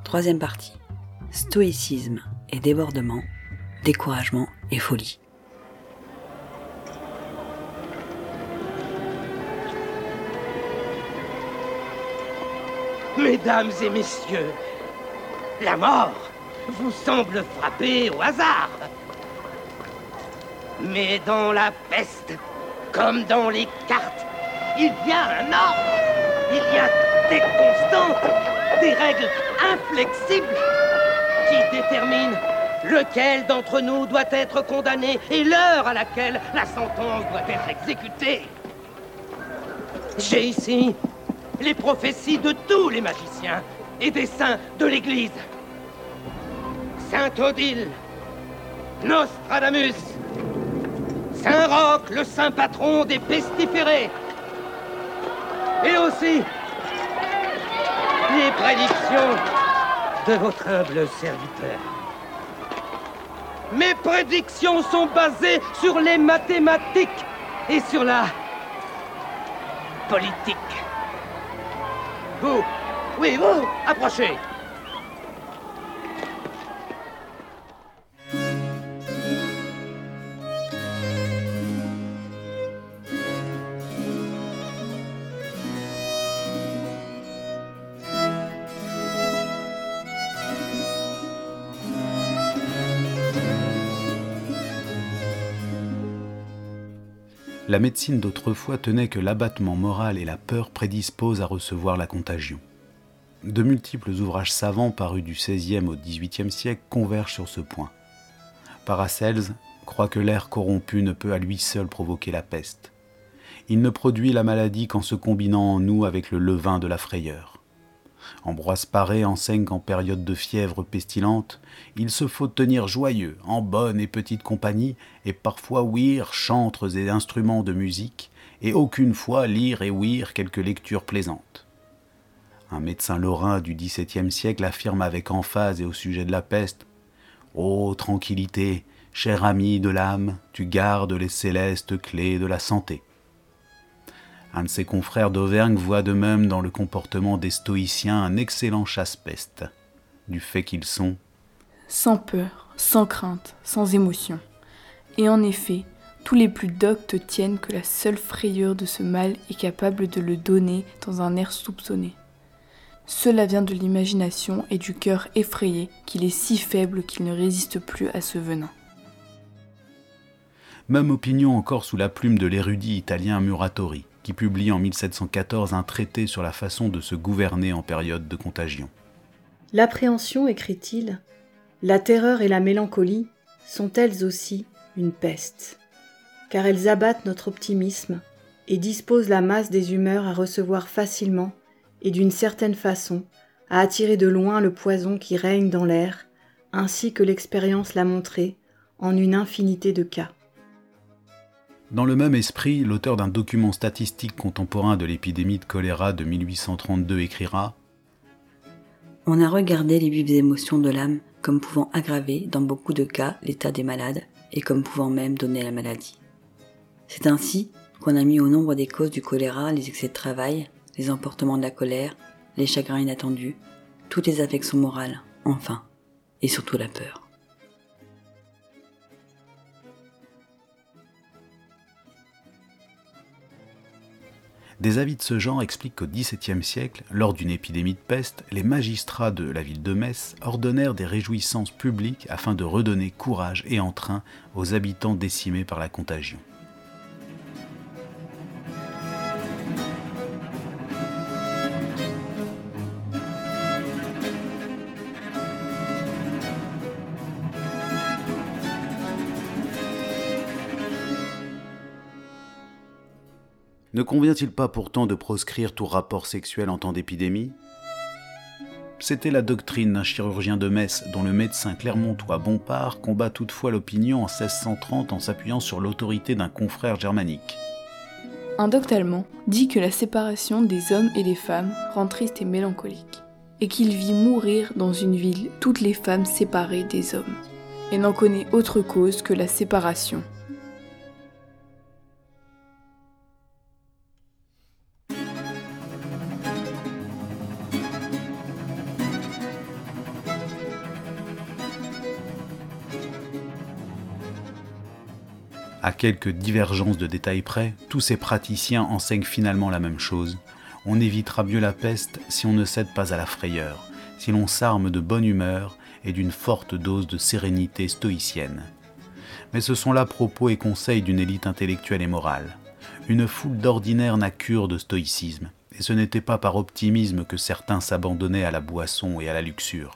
Troisième partie. Stoïcisme et débordement, découragement et folie. Mesdames et messieurs, la mort vous semble frapper au hasard. Mais dans la peste, comme dans les cartes, il y a un ordre, il y a des constantes, des règles inflexibles qui déterminent lequel d'entre nous doit être condamné et l'heure à laquelle la sentence doit être exécutée. J'ai ici les prophéties de tous les magiciens et des saints de l'Église. Saint Odile, Nostradamus, Saint Roch, le saint patron des pestiférés, et aussi les prédictions de votre humble serviteur. Mes prédictions sont basées sur les mathématiques et sur la politique. Vous, oui, vous, approchez. La médecine d'autrefois tenait que l'abattement moral et la peur prédisposent à recevoir la contagion. De multiples ouvrages savants parus du XVIe au XVIIIe siècle convergent sur ce point. Paracelse croit que l'air corrompu ne peut à lui seul provoquer la peste. Il ne produit la maladie qu'en se combinant en nous avec le levain de la frayeur. Ambroise Paré enseigne qu'en période de fièvre pestilente, il se faut tenir joyeux, en bonne et petite compagnie, et parfois ouïr chantres et instruments de musique, et aucune fois lire et ouïr quelques lectures plaisantes. Un médecin lorrain du XVIIe siècle affirme avec emphase et au sujet de la peste « Ô tranquillité, cher ami de l'âme, tu gardes les célestes clés de la santé ». Un de ses confrères d'Auvergne voit de même dans le comportement des stoïciens un excellent chasse-peste, du fait qu'ils sont sans peur, sans crainte, sans émotion. Et en effet, tous les plus doctes tiennent que la seule frayeur de ce mal est capable de le donner dans un air soupçonné. Cela vient de l'imagination et du cœur effrayé qu'il est si faible qu'il ne résiste plus à ce venin. Même opinion encore sous la plume de l'érudit italien Muratori, qui publie en 1714 un traité sur la façon de se gouverner en période de contagion. L'appréhension, écrit-il, la terreur et la mélancolie sont elles aussi une peste, car elles abattent notre optimisme et disposent la masse des humeurs à recevoir facilement et d'une certaine façon à attirer de loin le poison qui règne dans l'air, ainsi que l'expérience l'a montré en une infinité de cas. Dans le même esprit, l'auteur d'un document statistique contemporain de l'épidémie de choléra de 1832 écrira « On a regardé les vives émotions de l'âme comme pouvant aggraver, dans beaucoup de cas, l'état des malades et comme pouvant même donner la maladie. C'est ainsi qu'on a mis au nombre des causes du choléra les excès de travail, les emportements de la colère, les chagrins inattendus, toutes les affections morales, enfin, et surtout la peur. » Des avis de ce genre expliquent qu'au XVIIe siècle, lors d'une épidémie de peste, les magistrats de la ville de Metz ordonnèrent des réjouissances publiques afin de redonner courage et entrain aux habitants décimés par la contagion. Ne convient-il pas pourtant de proscrire tout rapport sexuel en temps d'épidémie ? C'était la doctrine d'un chirurgien de Metz dont le médecin clermontois Bompard combat toutefois l'opinion en 1630 en s'appuyant sur l'autorité d'un confrère germanique. Un docte allemand dit que la séparation des hommes et des femmes rend triste et mélancolique, et qu'il vit mourir dans une ville toutes les femmes séparées des hommes, et n'en connaît autre cause que la séparation. À quelques divergences de détails près, tous ces praticiens enseignent finalement la même chose. On évitera mieux la peste si on ne cède pas à la frayeur, si l'on s'arme de bonne humeur et d'une forte dose de sérénité stoïcienne. Mais ce sont là propos et conseils d'une élite intellectuelle et morale. Une foule d'ordinaire n'a cure de stoïcisme, et ce n'était pas par optimisme que certains s'abandonnaient à la boisson et à la luxure.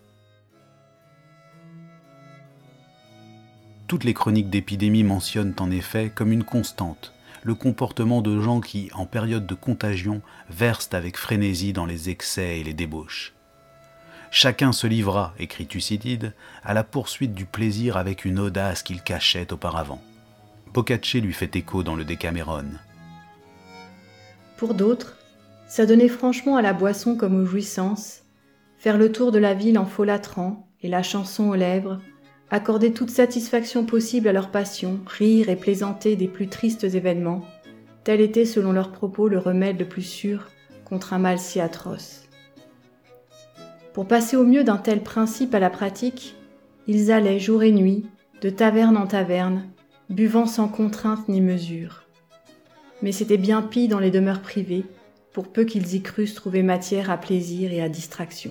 Toutes les chroniques d'épidémie mentionnent en effet comme une constante le comportement de gens qui, en période de contagion, versent avec frénésie dans les excès et les débauches. Chacun se livra, écrit Thucydide, à la poursuite du plaisir avec une audace qu'il cachait auparavant. Boccace lui fait écho dans le Décameron. Pour d'autres, s'adonner franchement à la boisson comme aux jouissances, faire le tour de la ville en folâtrant et la chanson aux lèvres, accorder toute satisfaction possible à leur passion, rire et plaisanter des plus tristes événements, tel était selon leurs propos le remède le plus sûr contre un mal si atroce. Pour passer au mieux d'un tel principe à la pratique, ils allaient jour et nuit, de taverne en taverne, buvant sans contrainte ni mesure. Mais c'était bien pis dans les demeures privées, pour peu qu'ils y crussent trouver matière à plaisir et à distraction.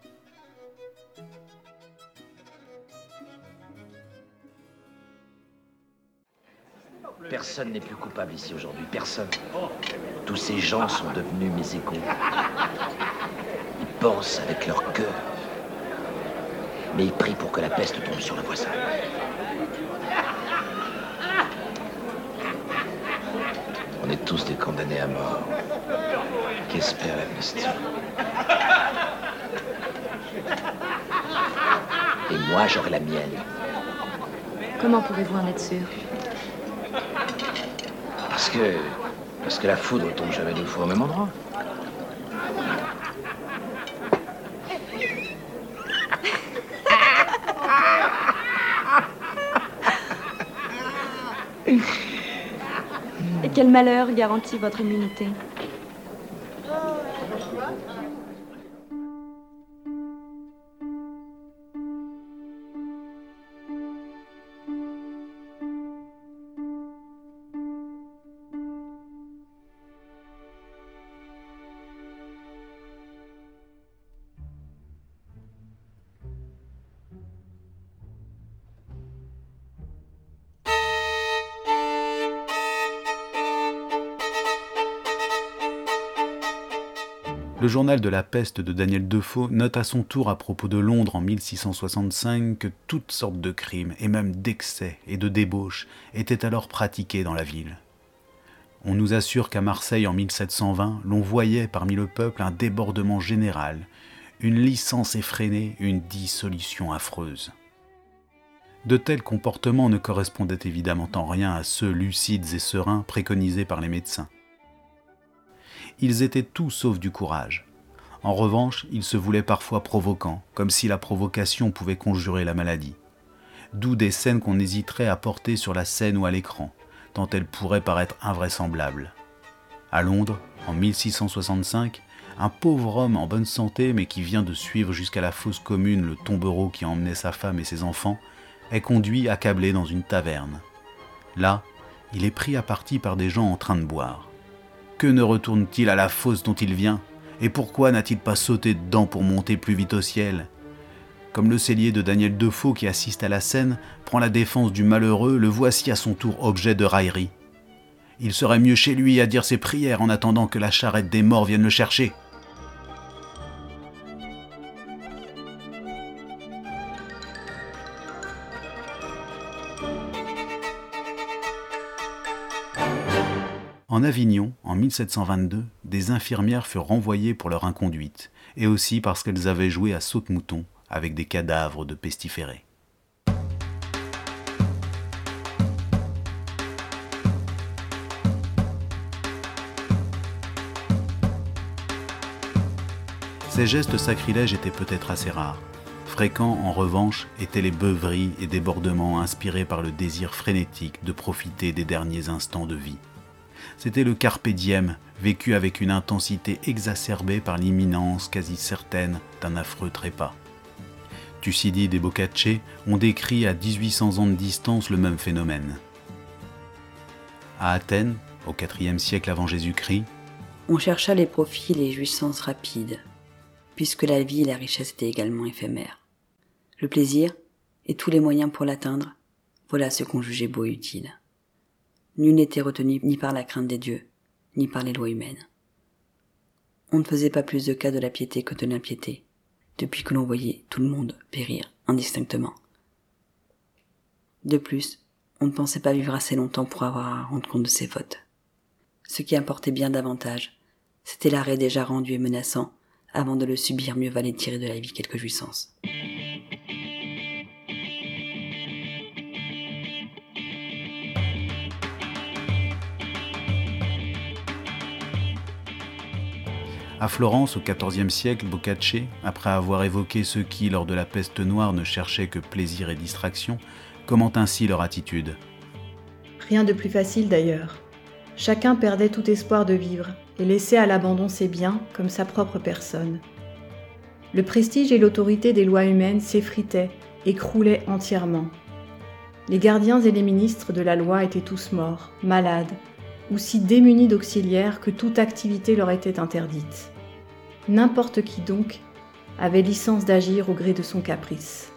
Personne n'est plus coupable ici aujourd'hui, personne. Tous ces gens sont devenus mes égaux. Ils pensent avec leur cœur. Mais ils prient pour que la peste tombe sur le voisin. On est tous des condamnés à mort. Qu'espère l'amnistie? Et moi, j'aurai la mienne. Comment pouvez-vous en être sûr? Parce que la foudre tombe jamais deux fois au même endroit. Et quel malheur garantit votre immunité? Le journal de la peste de Daniel Defoe note à son tour à propos de Londres en 1665 que toutes sortes de crimes, et même d'excès et de débauches, étaient alors pratiqués dans la ville. On nous assure qu'à Marseille en 1720, l'on voyait parmi le peuple un débordement général, une licence effrénée, une dissolution affreuse. De tels comportements ne correspondaient évidemment en rien à ceux lucides et sereins préconisés par les médecins. Ils étaient tout sauf du courage. En revanche, ils se voulaient parfois provoquants, comme si la provocation pouvait conjurer la maladie. D'où des scènes qu'on hésiterait à porter sur la scène ou à l'écran, tant elles pourraient paraître invraisemblables. À Londres, en 1665, un pauvre homme en bonne santé, mais qui vient de suivre jusqu'à la fosse commune le tombereau qui emmenait sa femme et ses enfants, est conduit accablé dans une taverne. Là, il est pris à partie par des gens en train de boire. Que ne retourne-t-il à la fosse dont il vient? Et pourquoi n'a-t-il pas sauté dedans pour monter plus vite au ciel? Comme le cellier de Daniel Defoe qui assiste à la scène prend la défense du malheureux, le voici à son tour objet de raillerie. Il serait mieux chez lui à dire ses prières en attendant que la charrette des morts vienne le chercher. En Avignon, en 1722, des infirmières furent renvoyées pour leur inconduite, et aussi parce qu'elles avaient joué à saute-mouton avec des cadavres de pestiférés. Ces gestes sacrilèges étaient peut-être assez rares. Fréquents, en revanche, étaient les beuveries et débordements inspirés par le désir frénétique de profiter des derniers instants de vie. C'était le carpe diem, vécu avec une intensité exacerbée par l'imminence quasi certaine d'un affreux trépas. Thucydide et Boccace ont décrit à 1800 ans de distance le même phénomène. À Athènes, au IVe siècle avant Jésus-Christ, on chercha les profits et les jouissances rapides, puisque la vie et la richesse étaient également éphémères. Le plaisir et tous les moyens pour l'atteindre, voilà ce qu'on jugeait beau et utile. Nul n'était retenu ni par la crainte des dieux, ni par les lois humaines. On ne faisait pas plus de cas de la piété que de l'impiété, depuis que l'on voyait tout le monde périr indistinctement. De plus, on ne pensait pas vivre assez longtemps pour avoir à rendre compte de ses fautes. Ce qui importait bien davantage, c'était l'arrêt déjà rendu et menaçant, avant de le subir, mieux valait tirer de la vie quelques jouissances. À Florence, au XIVe siècle, Boccace, après avoir évoqué ceux qui, lors de la peste noire, ne cherchaient que plaisir et distraction, commente ainsi leur attitude. Rien de plus facile d'ailleurs. Chacun perdait tout espoir de vivre et laissait à l'abandon ses biens comme sa propre personne. Le prestige et l'autorité des lois humaines s'effritaient et croulaient entièrement. Les gardiens et les ministres de la loi étaient tous morts, malades, ou si démunis d'auxiliaires que toute activité leur était interdite. N'importe qui donc avait licence d'agir au gré de son caprice.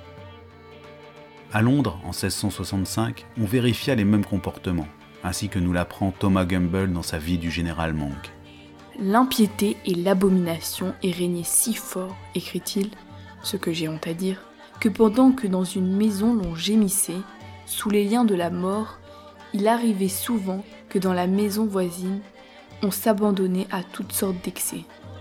À Londres, en 1665, on vérifia les mêmes comportements, ainsi que nous l'apprend Thomas Gumble dans sa vie du général Monk. L'impiété et l'abomination y régnaient si fort, écrit-il, ce que j'ai honte à dire, que pendant que dans une maison l'on gémissait, sous les liens de la mort, il arrivait souvent que dans la maison voisine, on s'abandonnait à toutes sortes d'excès.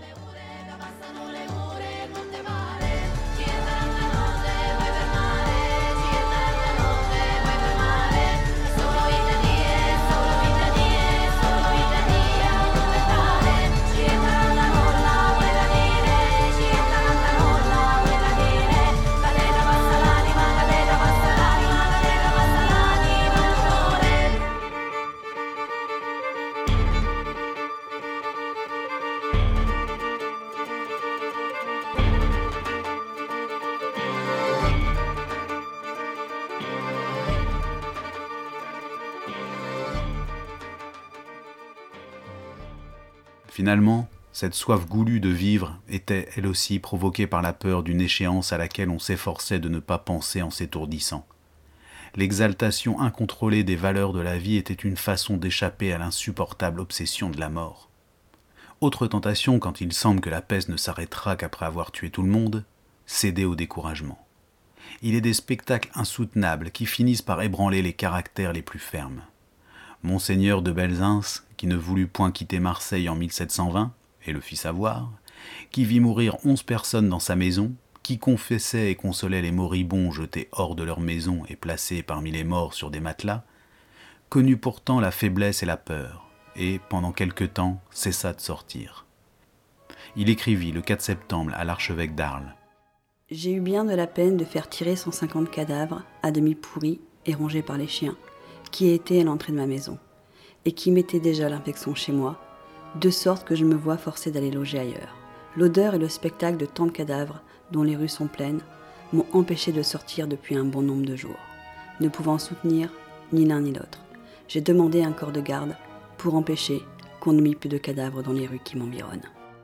Finalement, cette soif goulue de vivre était elle aussi provoquée par la peur d'une échéance à laquelle on s'efforçait de ne pas penser en s'étourdissant. L'exaltation incontrôlée des valeurs de la vie était une façon d'échapper à l'insupportable obsession de la mort. Autre tentation quand il semble que la peste ne s'arrêtera qu'après avoir tué tout le monde, céder au découragement. Il est des spectacles insoutenables qui finissent par ébranler les caractères les plus fermes. Monseigneur de Belzins, qui ne voulut point quitter Marseille en 1720, et le fit savoir, qui vit mourir 11 personnes dans sa maison, qui confessait et consolait les moribonds jetés hors de leur maison et placés parmi les morts sur des matelas, connut pourtant la faiblesse et la peur, et, pendant quelque temps, cessa de sortir. Il écrivit le 4 septembre à l'archevêque d'Arles. « J'ai eu bien de la peine de faire tirer 150 cadavres, à demi pourris et rongés par les chiens, qui étaient à l'entrée de ma maison, et qui mettaient déjà l'infection chez moi, de sorte que je me vois forcé d'aller loger ailleurs. L'odeur et le spectacle de tant de cadavres, dont les rues sont pleines, m'ont empêché de sortir depuis un bon nombre de jours, ne pouvant soutenir ni l'un ni l'autre. J'ai demandé un corps de garde pour empêcher qu'on ne mît plus de cadavres dans les rues qui m'environnent. »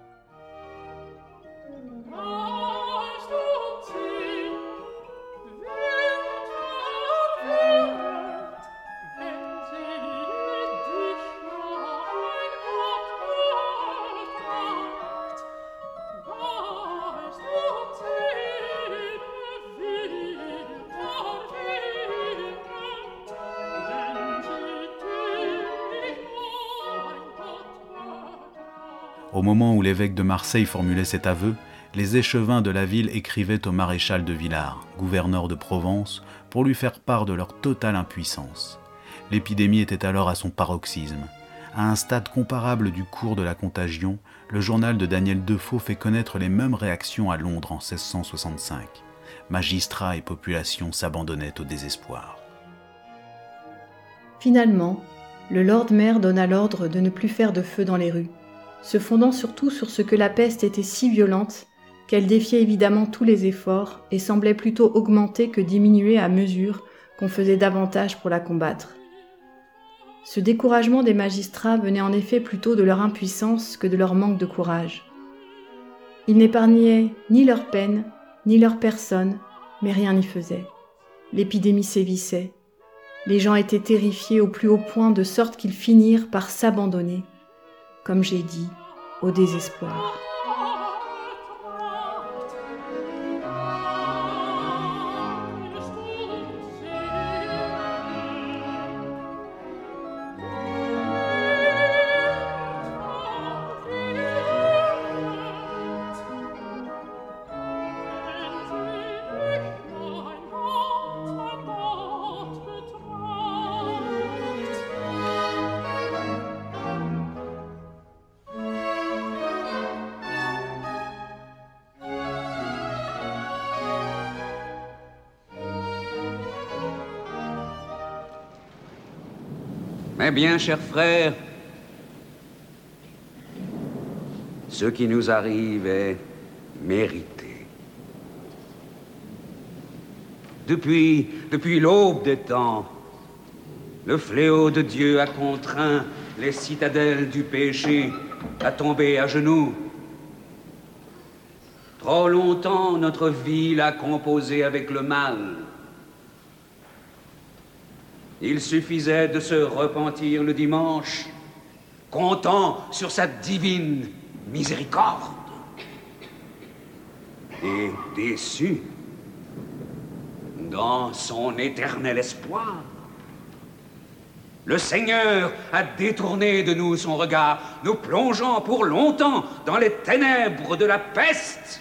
Au moment où l'évêque de Marseille formulait cet aveu, les échevins de la ville écrivaient au maréchal de Villars, gouverneur de Provence, pour lui faire part de leur totale impuissance. L'épidémie était alors à son paroxysme. À un stade comparable du cours de la contagion, le journal de Daniel Defoe fait connaître les mêmes réactions à Londres en 1665. Magistrats et population s'abandonnaient au désespoir. Finalement, le Lord Maire donna l'ordre de ne plus faire de feu dans les rues, se fondant surtout sur ce que la peste était si violente qu'elle défiait évidemment tous les efforts et semblait plutôt augmenter que diminuer à mesure qu'on faisait davantage pour la combattre. Ce découragement des magistrats venait en effet plutôt de leur impuissance que de leur manque de courage. Ils n'épargnaient ni leur peine, ni leur personne, mais rien n'y faisait. L'épidémie sévissait. Les gens étaient terrifiés au plus haut point de sorte qu'ils finirent par s'abandonner, comme j'ai dit, au désespoir. Mais bien, chers frères, ce qui nous arrive est mérité. Depuis l'aube des temps, le fléau de Dieu a contraint les citadelles du péché à tomber à genoux. Trop longtemps, notre vie l'a composée avec le mal. Il suffisait de se repentir le dimanche, comptant sur sa divine miséricorde. Et déçu, dans son éternel espoir, le Seigneur a détourné de nous son regard, nous plongeant pour longtemps dans les ténèbres de la peste.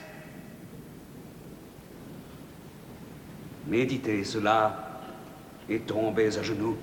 Méditez cela et tombez à genoux.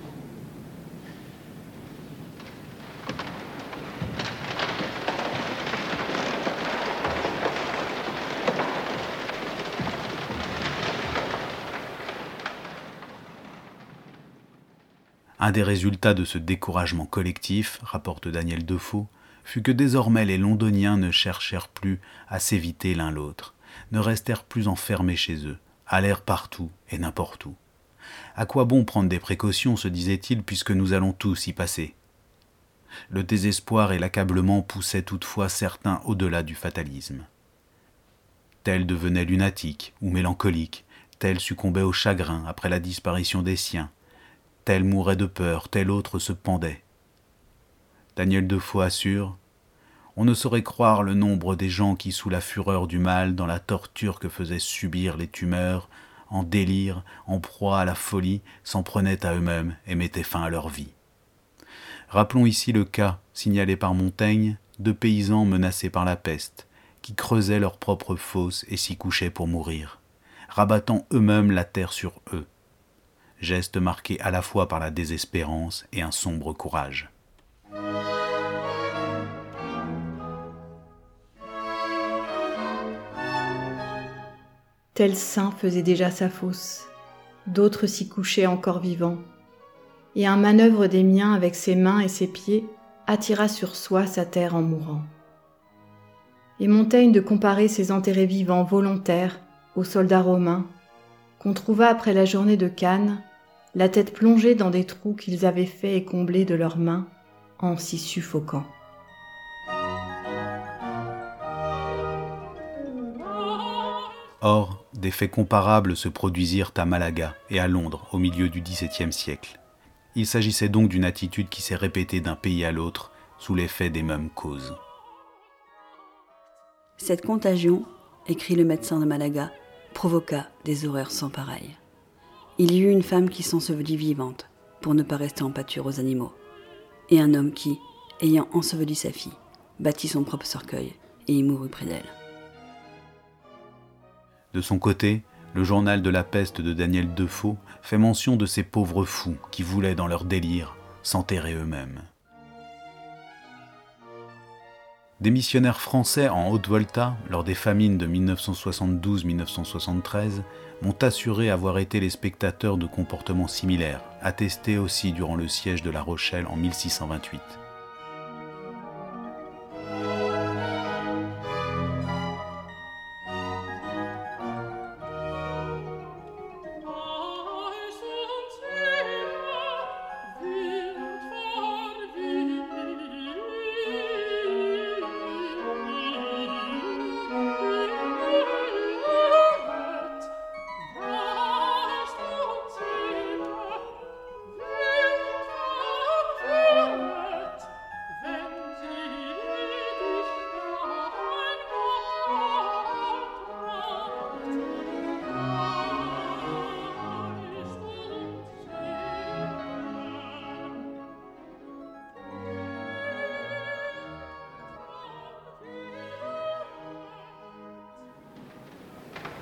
Un des résultats de ce découragement collectif, rapporte Daniel Defoe, fut que désormais les Londoniens ne cherchèrent plus à s'éviter l'un l'autre, ne restèrent plus enfermés chez eux, allèrent partout et n'importe où. À quoi bon prendre des précautions, se disait-il, puisque nous allons tous y passer. Le désespoir et l'accablement poussaient toutefois certains au-delà du fatalisme. Tel devenait lunatique ou mélancolique, tel succombait au chagrin après la disparition des siens, tel mourait de peur, tel autre se pendait. Daniel Defoe assure « On ne saurait croire le nombre des gens qui, sous la fureur du mal, dans la torture que faisaient subir les tumeurs, en délire, en proie à la folie, s'en prenaient à eux-mêmes et mettaient fin à leur vie. » Rappelons ici le cas, signalé par Montaigne, de paysans menacés par la peste, qui creusaient leurs propres fosses et s'y couchaient pour mourir, rabattant eux-mêmes la terre sur eux. Geste marqué à la fois par la désespérance et un sombre courage. Tel saint faisait déjà sa fosse, d'autres s'y couchaient encore vivants, et un manœuvre des miens avec ses mains et ses pieds attira sur soi sa terre en mourant. Et Montaigne de comparer ces enterrés vivants volontaires aux soldats romains, qu'on trouva après la journée de Cannes, la tête plongée dans des trous qu'ils avaient faits et comblés de leurs mains, en s'y suffoquant. Or, des faits comparables se produisirent à Malaga et à Londres au milieu du XVIIe siècle. Il s'agissait donc d'une attitude qui s'est répétée d'un pays à l'autre sous l'effet des mêmes causes. Cette contagion, écrit le médecin de Malaga, provoqua des horreurs sans pareilles. Il y eut une femme qui s'ensevelit vivante, pour ne pas rester en pâture aux animaux, et un homme qui, ayant enseveli sa fille, bâtit son propre cercueil et y mourut près d'elle. De son côté, le journal de la peste de Daniel Defoe fait mention de ces pauvres fous qui voulaient, dans leur délire, s'enterrer eux-mêmes. Des missionnaires français en Haute-Volta, lors des famines de 1972-1973, m'ont assuré avoir été les spectateurs de comportements similaires, attestés aussi durant le siège de La Rochelle en 1628.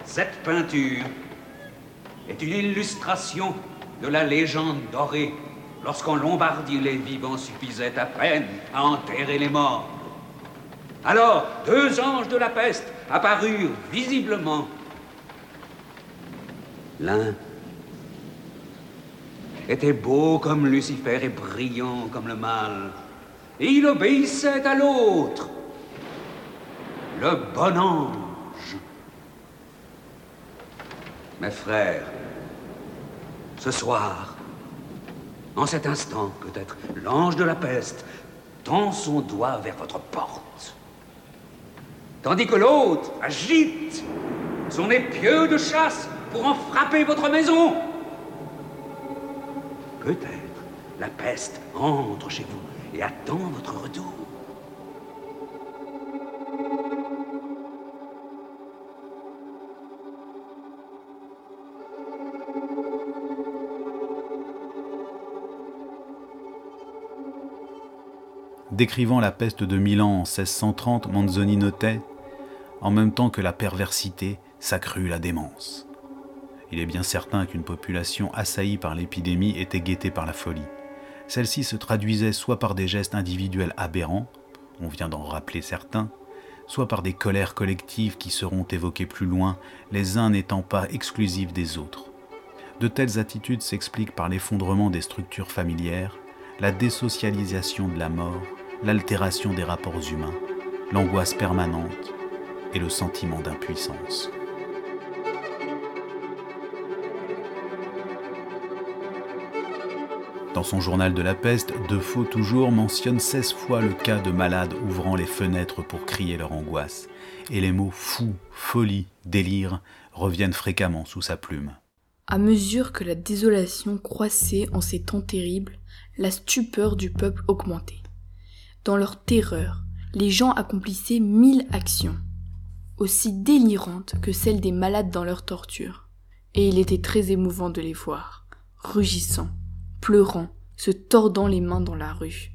Cette peinture est une illustration de la légende dorée, lorsqu'en Lombardie les vivants suffisaient à peine à enterrer les morts. Alors, 2 anges de la peste apparurent visiblement. L'un était beau comme Lucifer et brillant comme le mal, et il obéissait à l'autre, le bon ange. Mes frères, ce soir, en cet instant peut-être, l'ange de la peste tend son doigt vers votre porte, tandis que l'autre agite son épieu de chasse pour en frapper votre maison. Peut-être la peste entre chez vous et attend votre retour. Décrivant la peste de Milan en 1630, Manzoni notait « En même temps que la perversité, s'accrut la démence ». Il est bien certain qu'une population assaillie par l'épidémie était guettée par la folie. Celle-ci se traduisait soit par des gestes individuels aberrants, on vient d'en rappeler certains, soit par des colères collectives qui seront évoquées plus loin, les uns n'étant pas exclusifs des autres. De telles attitudes s'expliquent par l'effondrement des structures familières, la désocialisation de la mort, l'altération des rapports humains, l'angoisse permanente et le sentiment d'impuissance. Dans son journal de la peste, Defoe toujours mentionne 16 fois le cas de malades ouvrant les fenêtres pour crier leur angoisse, et les mots fou, folie, délire reviennent fréquemment sous sa plume. À mesure que la désolation croissait en ces temps terribles, la stupeur du peuple augmentait. Dans leur terreur, les gens accomplissaient 1000 actions, aussi délirantes que celles des malades dans leur torture. Et il était très émouvant de les voir, rugissant, pleurant, se tordant les mains dans la rue.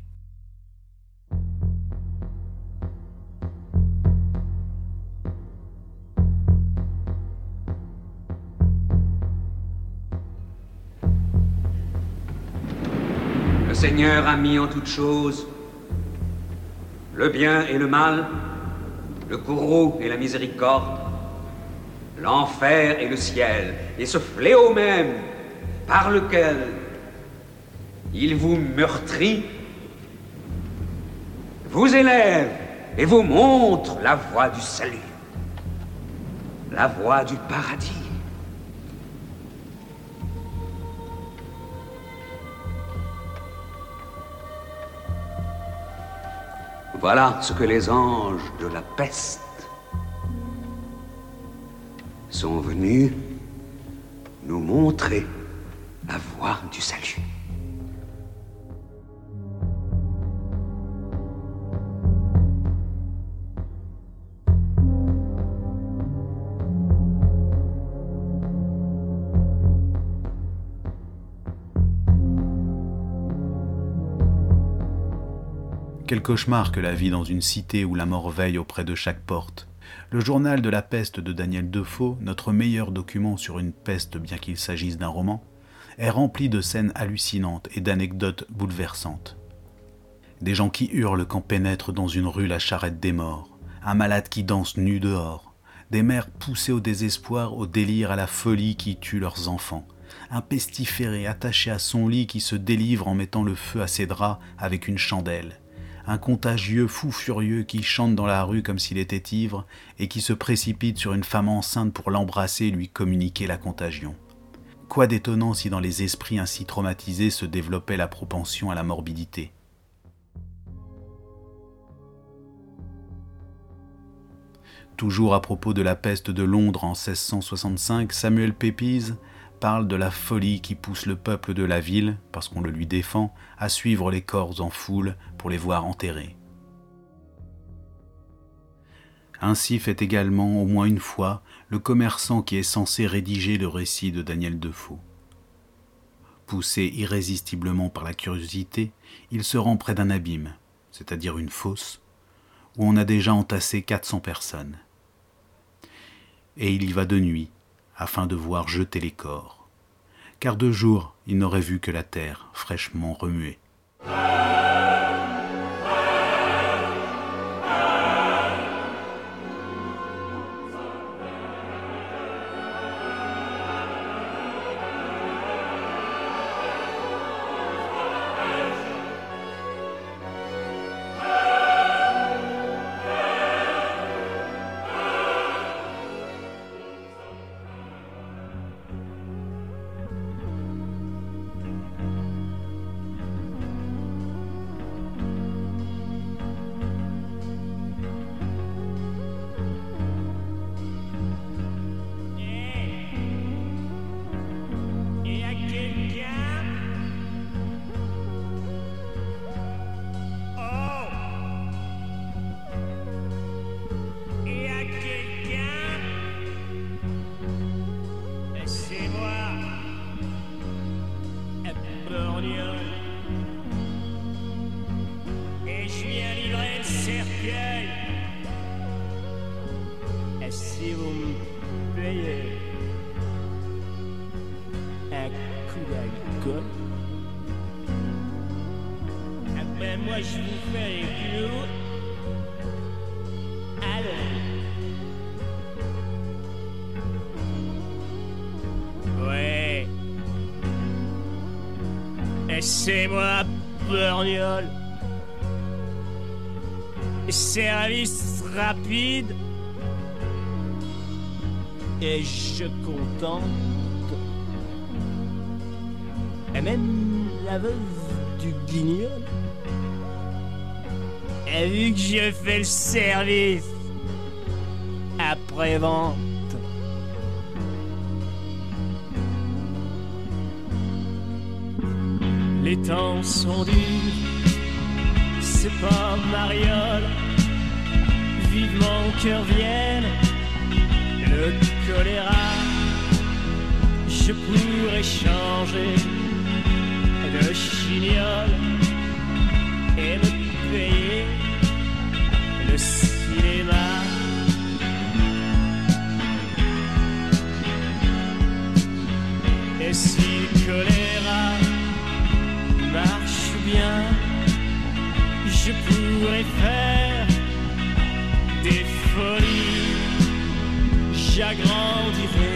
Le Seigneur a mis en toutes choses le bien et le mal, le courroux et la miséricorde, l'enfer et le ciel, et ce fléau même par lequel il vous meurtrit, vous élève et vous montre la voie du salut, la voie du paradis. Voilà ce que les anges de la peste sont venus nous montrer, la voie du salut. Quel cauchemar que la vie dans une cité où la mort veille auprès de chaque porte. Le journal de la peste de Daniel Defoe, notre meilleur document sur une peste bien qu'il s'agisse d'un roman, est rempli de scènes hallucinantes et d'anecdotes bouleversantes. Des gens qui hurlent quand pénètre dans une rue la charrette des morts, un malade qui danse nu dehors, des mères poussées au désespoir, au délire, à la folie qui tue leurs enfants, un pestiféré attaché à son lit qui se délivre en mettant le feu à ses draps avec une chandelle, un contagieux fou furieux qui chante dans la rue comme s'il était ivre et qui se précipite sur une femme enceinte pour l'embrasser et lui communiquer la contagion. Quoi d'étonnant si dans les esprits ainsi traumatisés se développait la propension à la morbidité. Toujours à propos de la peste de Londres en 1665, Samuel Pepys parle de la folie qui pousse le peuple de la ville, parce qu'on le lui défend, à suivre les corps en foule pour les voir enterrés. Ainsi fait également, au moins une fois, le commerçant qui est censé rédiger le récit de Daniel Defoe. Poussé irrésistiblement par la curiosité, il se rend près d'un abîme, c'est-à-dire une fosse, où on a déjà entassé 400 personnes. et il y va de nuit, afin de voir jeter les corps. Car de jour, il n'aurait vu que la terre fraîchement remuée. Si vous me payez un coup d'alcool, après moi je vous fais les clous. Allez. Ouais. Laissez-moi, Borgnole. Service rapide. Et je contente. Et même la veuve du guignol. Et vu que je fais le service après-vente, les temps sont durs, c'est pas mariole. Vivement que revienne le choléra. Je pourrais changer de chignole et me payer le cinéma. Et si le choléra marche bien, je pourrais faire des folies. J'agrandirai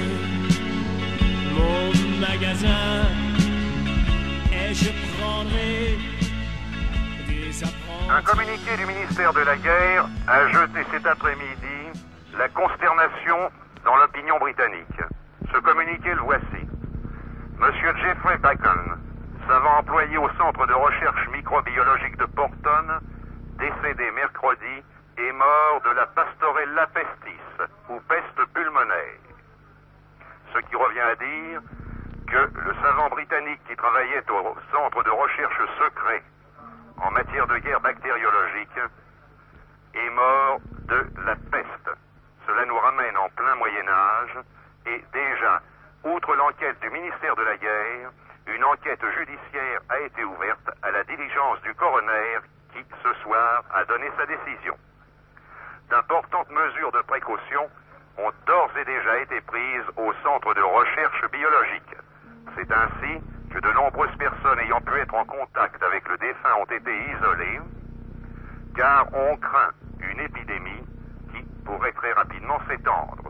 mon magasin et je prendrai des apprentis. Un communiqué du ministère de la Guerre a jeté cet après-midi la consternation dans l'opinion britannique. Ce communiqué, le voici. Monsieur Jeffrey Bacon, savant employé au Centre de recherche microbiologique de Porton, décédé mercredi, est mort de la pastorella pestis, ou peste pulmonaire. Ce qui revient à dire que le savant britannique qui travaillait au Centre de recherche secret en matière de guerre bactériologique est mort de la peste. Cela nous ramène en plein Moyen-Âge et déjà, outre l'enquête du ministère de la Guerre, une enquête judiciaire a été ouverte à la diligence du coroner qui, ce soir, a donné sa décision. D'importantes mesures de précaution ont d'ores et déjà été prises au Centre de recherche biologique. C'est ainsi que de nombreuses personnes ayant pu être en contact avec le défunt ont été isolées, car on craint une épidémie qui pourrait très rapidement s'étendre.